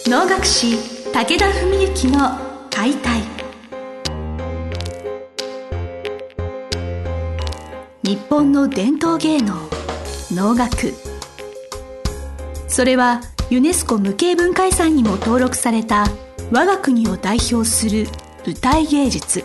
能楽師武田文幸の解体。日本の伝統芸能能楽、それはユネスコ無形文化遺産にも登録された我が国を代表する舞台芸術。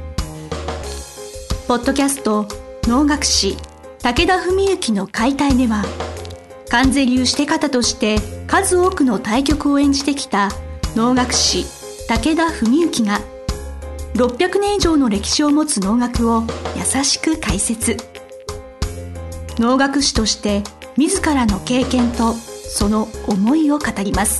ポッドキャスト能楽師武田文幸の解体では、観世流して方として数多くの大曲を演じてきた能楽師武田文幸が600年以上の歴史を持つ能楽を優しく解説。能楽師として自らの経験とその思いを語ります。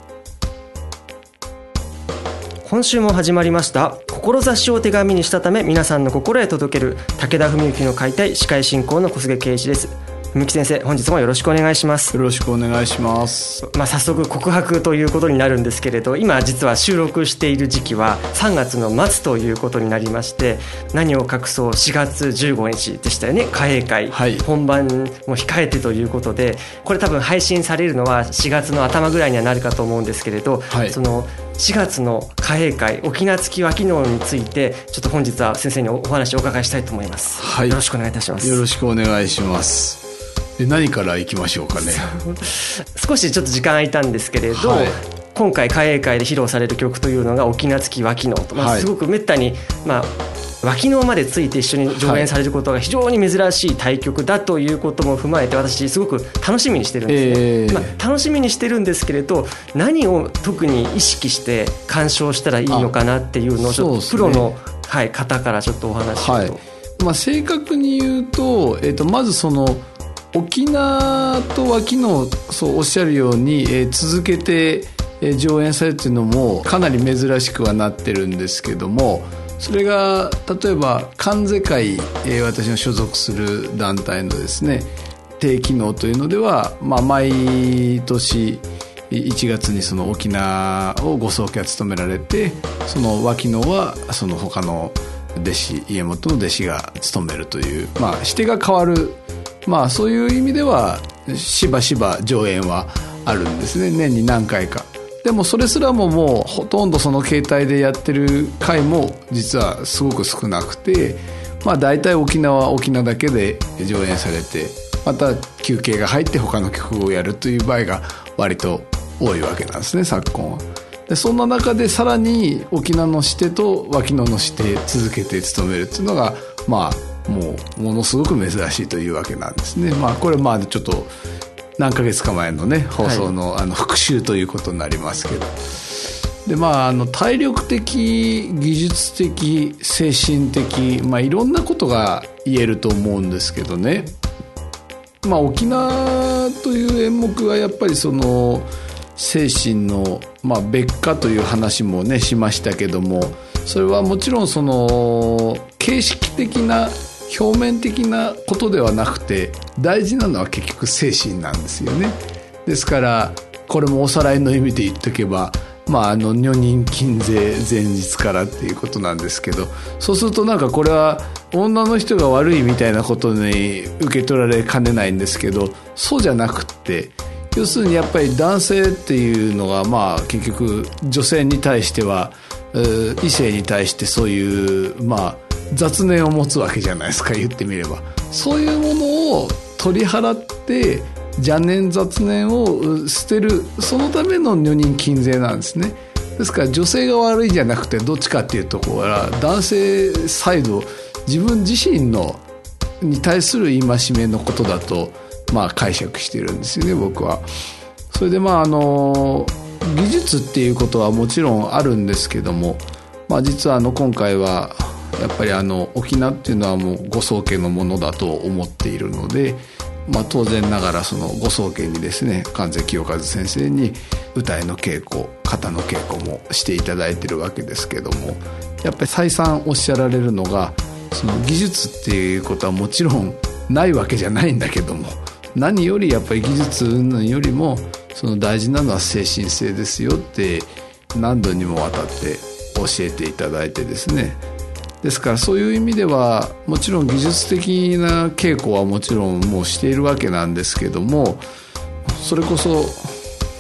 今週も始まりました志を手紙にしたため皆さんの心へ届ける武田文幸の解体、司会進行の小菅圭一です。文幸先生、本日もよろしくお願いします。 よろしくお願いします。 早速告白ということになるんですけれど、今実は収録している時期は3月の末ということになりまして、何を隠そう4月15日でしたよね、貨幣会、 はい、 本番も控えてということで、これ多分配信されるのは4月の頭ぐらいにはなるかと思うんですけれど、 はい、 その4月の貨幣会沖縄付和機能についてちょっと本日は先生にお話をお伺いしたいと思います。 はい、 よろしくお願いいたします。 よろしくお願いします。何からいきましょうかね。 少しちょっと時間空いたんですけれど、 はい、 今回貨幣会で披露される曲というのが沖縄付和機能と、すごくめったに、和機能までついて一緒に上演されることが非常に珍しい大曲だということも踏まえて、私すごく楽しみにしてるんですね。楽しみにしてるんですけれど、何を特に意識して鑑賞したらいいのかなっていうのをちょっとプロの、方からちょっとお話を、 正確に言うと、まずその沖縄と和機能、そうおっしゃるように、続けて、上演されるというのもかなり珍しくはなってるんですけども、それが例えば観世会、私の所属する団体のですね定期能というのでは、毎年1月にその沖縄をご宗家務められて、その和機能はその他の弟子、家元の弟子が務めるという、指定が変わる、そういう意味ではしばしば上演はあるんですね、年に何回か。でもそれすらももうほとんどその形態でやってる回も実はすごく少なくて、大体沖縄は沖縄だけで上演されて、また休憩が入って他の曲をやるという場合が割と多いわけなんですね、昨今は。でそんな中でさらに沖縄の指定と和機能の指定続けて務めるっていうのがもうものすごく珍しいというわけなんですね。これちょっと何ヶ月か前のね放送の、復習ということになりますけど、で体力的、技術的、精神的、いろんなことが言えると思うんですけどね。沖縄という演目はやっぱりその精神の、別化という話もねしましたけども、それはもちろんその形式的な表面的なことではなくて、大事なのは結局精神なんですよね。ですからこれもおさらいの意味で言っとけば、女人禁税前日からっていうことなんですけど、そうするとこれは女の人が悪いみたいなことに受け取られかねないんですけど、そうじゃなくって、要するにやっぱり男性っていうのが結局女性に対しては異性に対してそういう雑念を持つわけじゃないですか、言ってみれば。そういうものを取り払って邪念雑念を捨てる、そのための女人禁税なんですね。ですから女性が悪いんじゃなくて、どっちかっていうと男性サイド、自分自身のに対する戒めのことだと解釈しているんですよね、僕は。それで技術っていうことはもちろんあるんですけども、実は今回はやっぱり沖縄っていうのはもうご宗家のものだと思っているので、当然ながらそのご宗家にですね、関世清和先生に歌への稽古、型の稽古もしていただいているわけですけども、やっぱり再三おっしゃられるのが、その技術っていうことはもちろんないわけじゃないんだけども、何よりやっぱり技術よりもその大事なのは精神性ですよって何度にもわたって教えていただいてですね。ですからそういう意味ではもちろん技術的な稽古はもちろんもうしているわけなんですけども、それこそ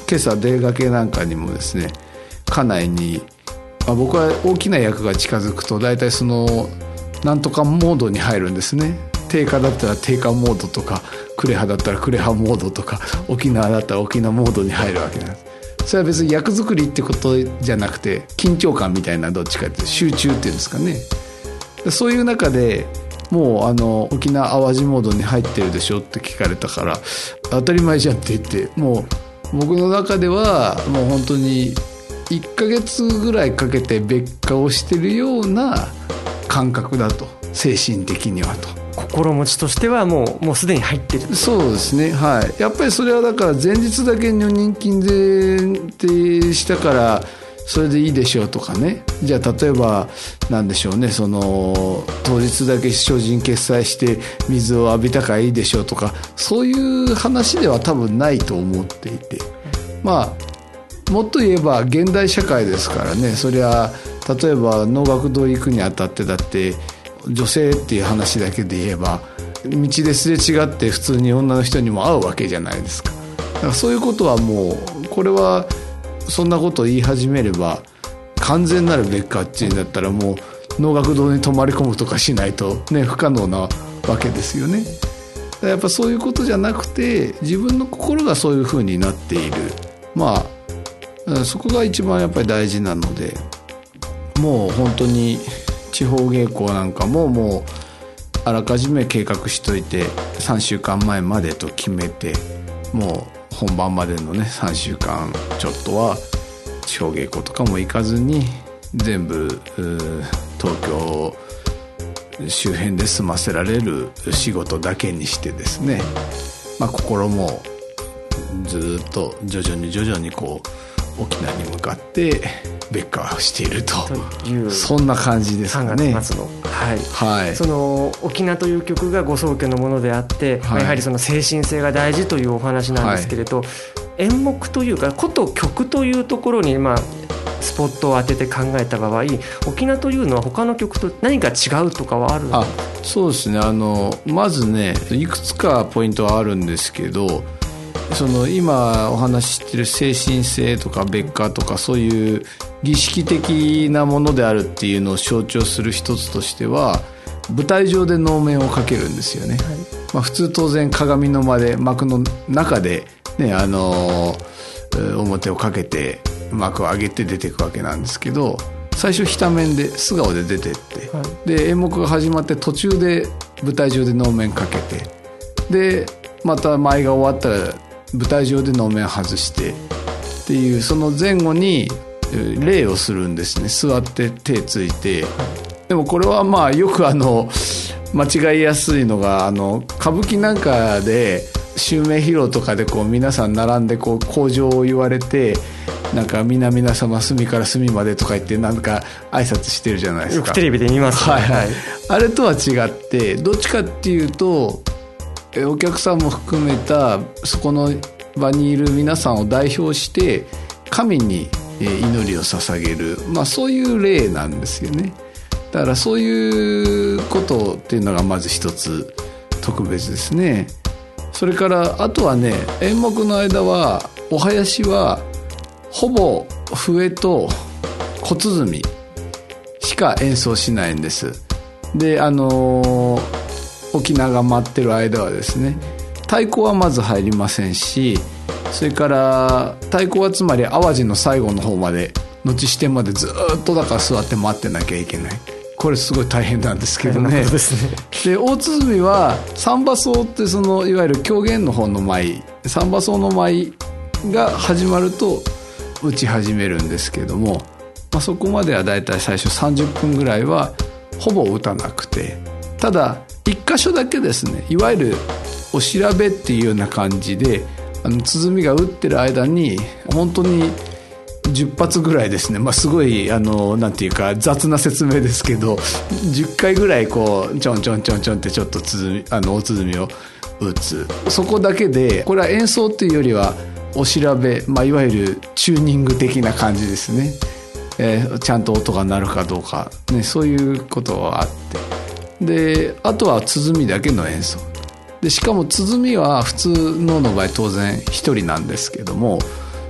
今朝出かけなんかにもですね、家内に、僕は大きな役が近づくと大体そのなんとかモードに入るんですね。定価だったら定価モードとか、クレハだったらクレハモードとか、沖縄だったら沖縄モードに入るわけなんです。それは別に役作りってことじゃなくて、緊張感みたいな、どっちかっていうと集中っていうんですかね。そういう中でもう沖縄淡路モードに入ってるでしょって聞かれたから、当たり前じゃんって言って、もう僕の中ではもう本当に1ヶ月ぐらいかけて別化をしてるような感覚だと、精神的にはと。 心持ちとしてはもうすでに入ってる。 そうですね、はい。やっぱりそれはだから前日だけ女人金税したからそれでいいでしょうとかね。じゃあ例えばなんでしょうね、その当日だけ精進決済して水を浴びたからいいでしょうとか、そういう話では多分ないと思っていて、まあもっと言えば現代社会ですからね。そりゃ例えば能楽堂行くにあたってだって女性っていう話だけで言えば道ですれ違って普通に女の人にも会うわけじゃないですか。だからそういうことはもうこれはそんなことを言い始めれば完全なる別化っていうんだったらもう能楽堂に泊まり込むとかしないとね不可能なわけですよね。だからやっぱそういうことじゃなくて自分の心がそういう風になっている、まあそこが一番やっぱり大事なので、もう本当に地方稽古なんかももうあらかじめ計画しといて3週間前までと決めて、もう本番までのね3週間ちょっとは地方稽古とかも行かずに全部東京周辺で済ませられる仕事だけにしてですね、まあ、心もずっと徐々にこう沖縄に向かって別化しているという、そんな感じですかね。 3月末の、はい、その沖縄という曲がご宗家のものであって、やはりその精神性が大事というお話なんですけれど、演目というかこと曲というところにスポットを当てて考えた場合、沖縄というのは他の曲と何か違うとかはあるんですか？ そうですね、まずねいくつかポイントはあるんですけど、その今お話ししている精神性とか別化とかそういう儀式的なものであるっていうのを象徴する一つとしては、舞台上で能面をかけるんですよね。普通当然鏡の間で幕の中で、ね、表をかけて幕を上げて出ていくわけなんですけど、最初下面で素顔で出てって、で演目が始まって途中で舞台上で能面かけて、でまた舞が終わったら舞台上で能面外してっていう、その前後に礼をするんですね。座って手ついて。でもこれはよく間違いやすいのが歌舞伎なんかで襲名披露とかでこう皆さん並んでこう口上を言われて、なんか皆様隅から隅までとか言ってなんか挨拶してるじゃないですか。 よくテレビで見ますね。 あれとは違ってどっちかっていうとお客さんも含めたそこの場にいる皆さんを代表して神に祈りを捧げる、そういう礼なんですよね。だからそういうことっていうのがまず一つ特別ですね。それからあとはね、演目の間はお囃子はほぼ笛と小鼓しか演奏しないんです。で沖縄が待ってる間はですね、太鼓はまず入りませんし、それから太鼓はつまり淡路の最後の方まで後支店までずっとだから座って待ってなきゃいけない。これすごい大変なんですけどね。で大鼓は三馬奏ってそのいわゆる狂言の方の舞、三馬奏の舞が始まると打ち始めるんですけども、そこまではだいたい最初30分ぐらいはほぼ打たなくて、ただ一箇所だけですね、いわゆるお調べっていうような感じで鼓が打ってる間に本当に10発ぐらいですね、すごいなんていうか雑な説明ですけど10回ぐらいこうちょんちょんちょんちょんってちょっとお鼓を打つ。そこだけでこれは演奏っていうよりはお調べ、いわゆるチューニング的な感じですね。ちゃんと音が鳴るかどうか、ね、そういうことはあって、であとは鼓だけの演奏で、しかも鼓は普通の場合当然一人なんですけども、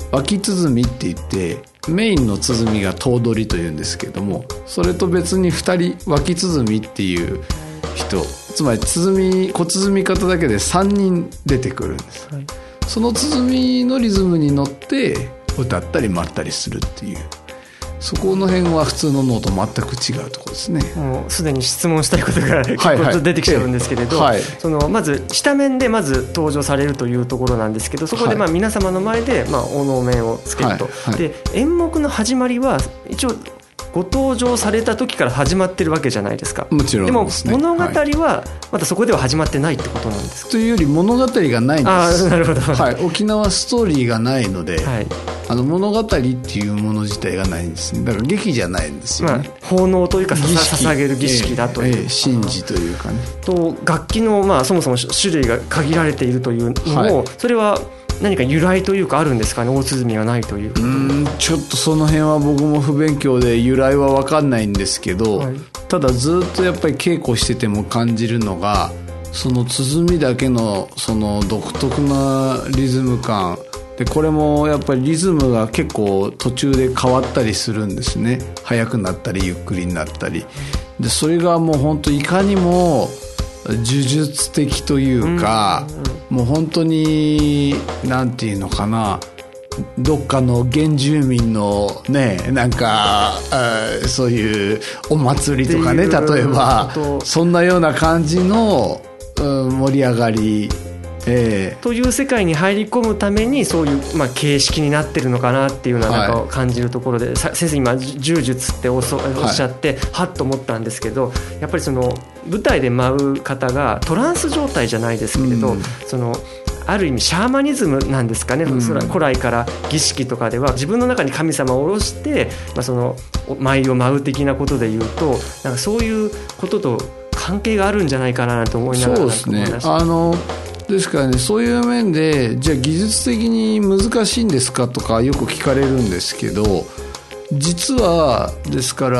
脇鼓って言ってメインの鼓が頭取というんですけども、それと別に2人脇鼓っていう人、つまり鼓小鼓方だけで3人出てくるんです、はい、その鼓のリズムに乗って歌ったり舞ったりするっていう、そこの辺は普通の脳と全く違うところですね。 もうすでに質問したいことが結構出てきちゃうんですけれど、そのまず下面でまず登場されるというところなんですけど、そこでまあ皆様の前でまあお能面をつけると、で演目の始まりは一応ご登場された時から始まってるわけじゃないですか。 もちろんですね。 でも物語はまたそこでは始まってないってことなんですか。 というより物語がないんです。 なるほど、 はい、沖縄ストーリーがないので、はい、物語っていうもの自体がないんですね。だから劇じゃないんですよね、 奉納というか捧げる儀式だという、 神事というかね。 と楽器のまあそもそも種類が限られているというのも、はい、それは何か由来というかあるんですかね。大鼓がないということ。 ちょっとその辺は僕も不勉強で由来は分かんないんですけど、はい、ただずっとやっぱり稽古してても感じるのが、その鼓だけのその独特なリズム感で、これもやっぱりリズムが結構途中で変わったりするんですね。速くなったりゆっくりになったりで、それがもう本当いかにも呪術的というか、もう本当になんていうのかな、どっかの原住民のね、なんかそういうお祭りとかね、例えばそんなような感じの盛り上がり、 という世界に入り込むためにそういう、まあ、形式になってるのかなっていうのはなんか感じるところで、はい、先生今柔術っておっしゃって、はっと思ったんですけど、やっぱりその舞台で舞う方がトランス状態じゃないですけれど、そのある意味シャーマニズムなんですかね、古来から儀式とかでは自分の中に神様を下ろして、まあ、その舞を舞う的なことでいうと、なんかそういうことと関係があるんじゃないかなと思いながら。 そうですね。ですからね、そういう面でじゃあ技術的に難しいんですかとかよく聞かれるんですけど、実はですから、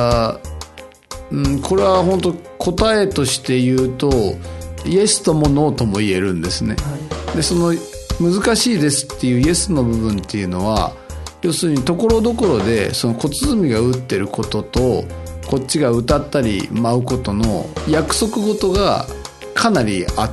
これは本当答えとして言うとイエスともノーとも言えるんですね、はい、でその難しいですっていうイエスの部分っていうのは、要するにところどころでその小鼓が打ってることとこっちが歌ったり舞うことの約束事がかなりあって、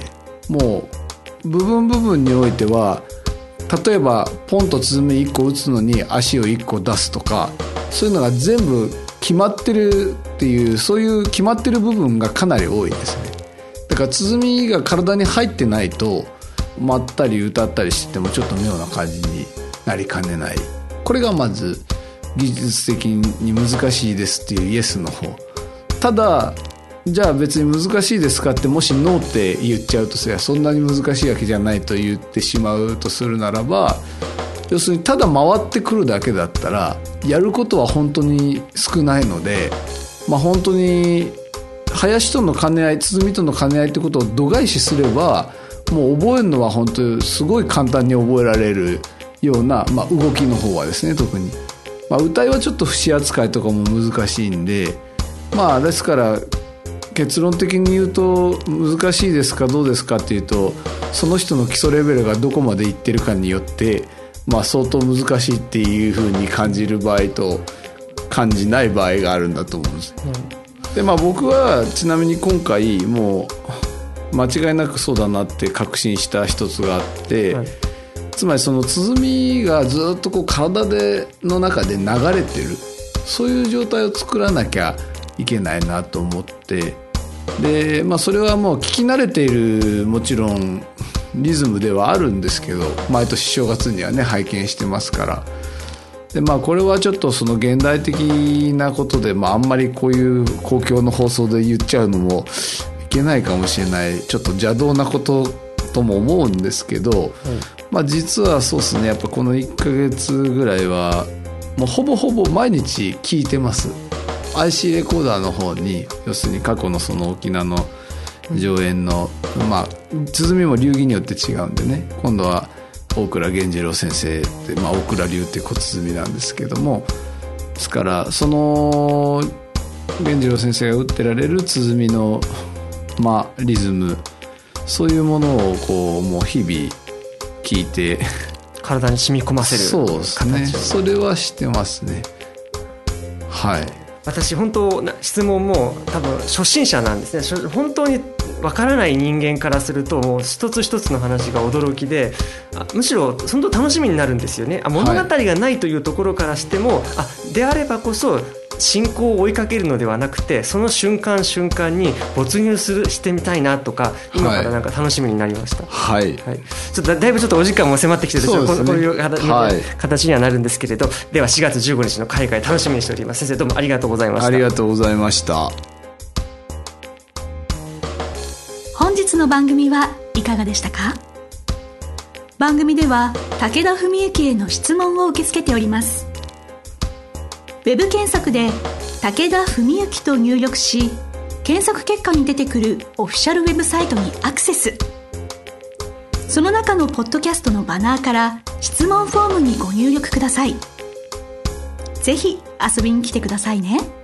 もう部分部分においては、例えばポンと鼓1個打つのに足を1個出すとか、そういうのが全部決まってるっていう、そういう決まってる部分がかなり多いですね。だから鼓が体に入ってないと舞ったり歌ったりしててもちょっと妙な感じになりかねない。これがまず技術的に難しいですっていうイエスの方。ただじゃあ別に難しいですかってもしノーって言っちゃうと、そんなに難しいわけじゃないと言ってしまうとするならば、要するにただ回ってくるだけだったらやることは本当に少ないので、本当に林との兼ね合い、鼓との兼ね合いってことを度外視すれば、もう覚えるのは本当にすごい簡単に覚えられるような、動きの方はですね、特に、歌いはちょっと節扱いとかも難しいんで、ですから結論的に言うと難しいですかどうですかっていうと、その人の基礎レベルがどこまでいってるかによって、相当難しいっていう風に感じる場合と感じない場合があるんだと思うんです、で僕はちなみに今回もう間違いなくそうだなって確信した一つがあって、つまりその鼓がずっとこう体の中で流れてる、そういう状態を作らなきゃいけないなと思って、で、それはもう聞き慣れているもちろんリズムではあるんですけど、毎年正月にはね拝見してますから、でこれはちょっとその現代的なことで、あんまりこういう公共の放送で言っちゃうのもいけないかもしれない、ちょっと邪道なこととも思うんですけど、実はそうですね、やっぱこの1ヶ月ぐらいはもうほぼほぼ毎日聞いてます。IC レコーダーの方に、要するに過去のその沖縄の上演の、鼓も流儀によって違うんでね、今度は大倉源次郎先生で、大倉流って小鼓なんですけども、ですからその源次郎先生が打ってられる鼓の、リズム、そういうものをこうもう日々聞いて体に染み込ませる形。 そうですね、それはしてますね。はい。 私本当質問も多分初心者なんですね。本当にわからない人間からするともう一つ一つの話が驚きで、むしろ本当楽しみになるんですよね。物語がないというところからしても、であればこそ進行を追いかけるのではなくて、その瞬間瞬間に没入してみたいなとか、今からなんか楽しみになりました。はい、はい、ちょっとだいぶちょっとお時間も迫ってきてですね、こういう形にはなるんですけれど、では4月15日の開会楽しみにしております。先生どうもありがとうございました。 ありがとうございました。 本日の番組はいかがでしたか？番組では武田文幸への質問を受け付けております。ウェブ検索で武田文幸と入力し、検索結果に出てくるオフィシャルウェブサイトにアクセス。その中のポッドキャストのバナーから質問フォームにご入力ください。ぜひ遊びに来てくださいね。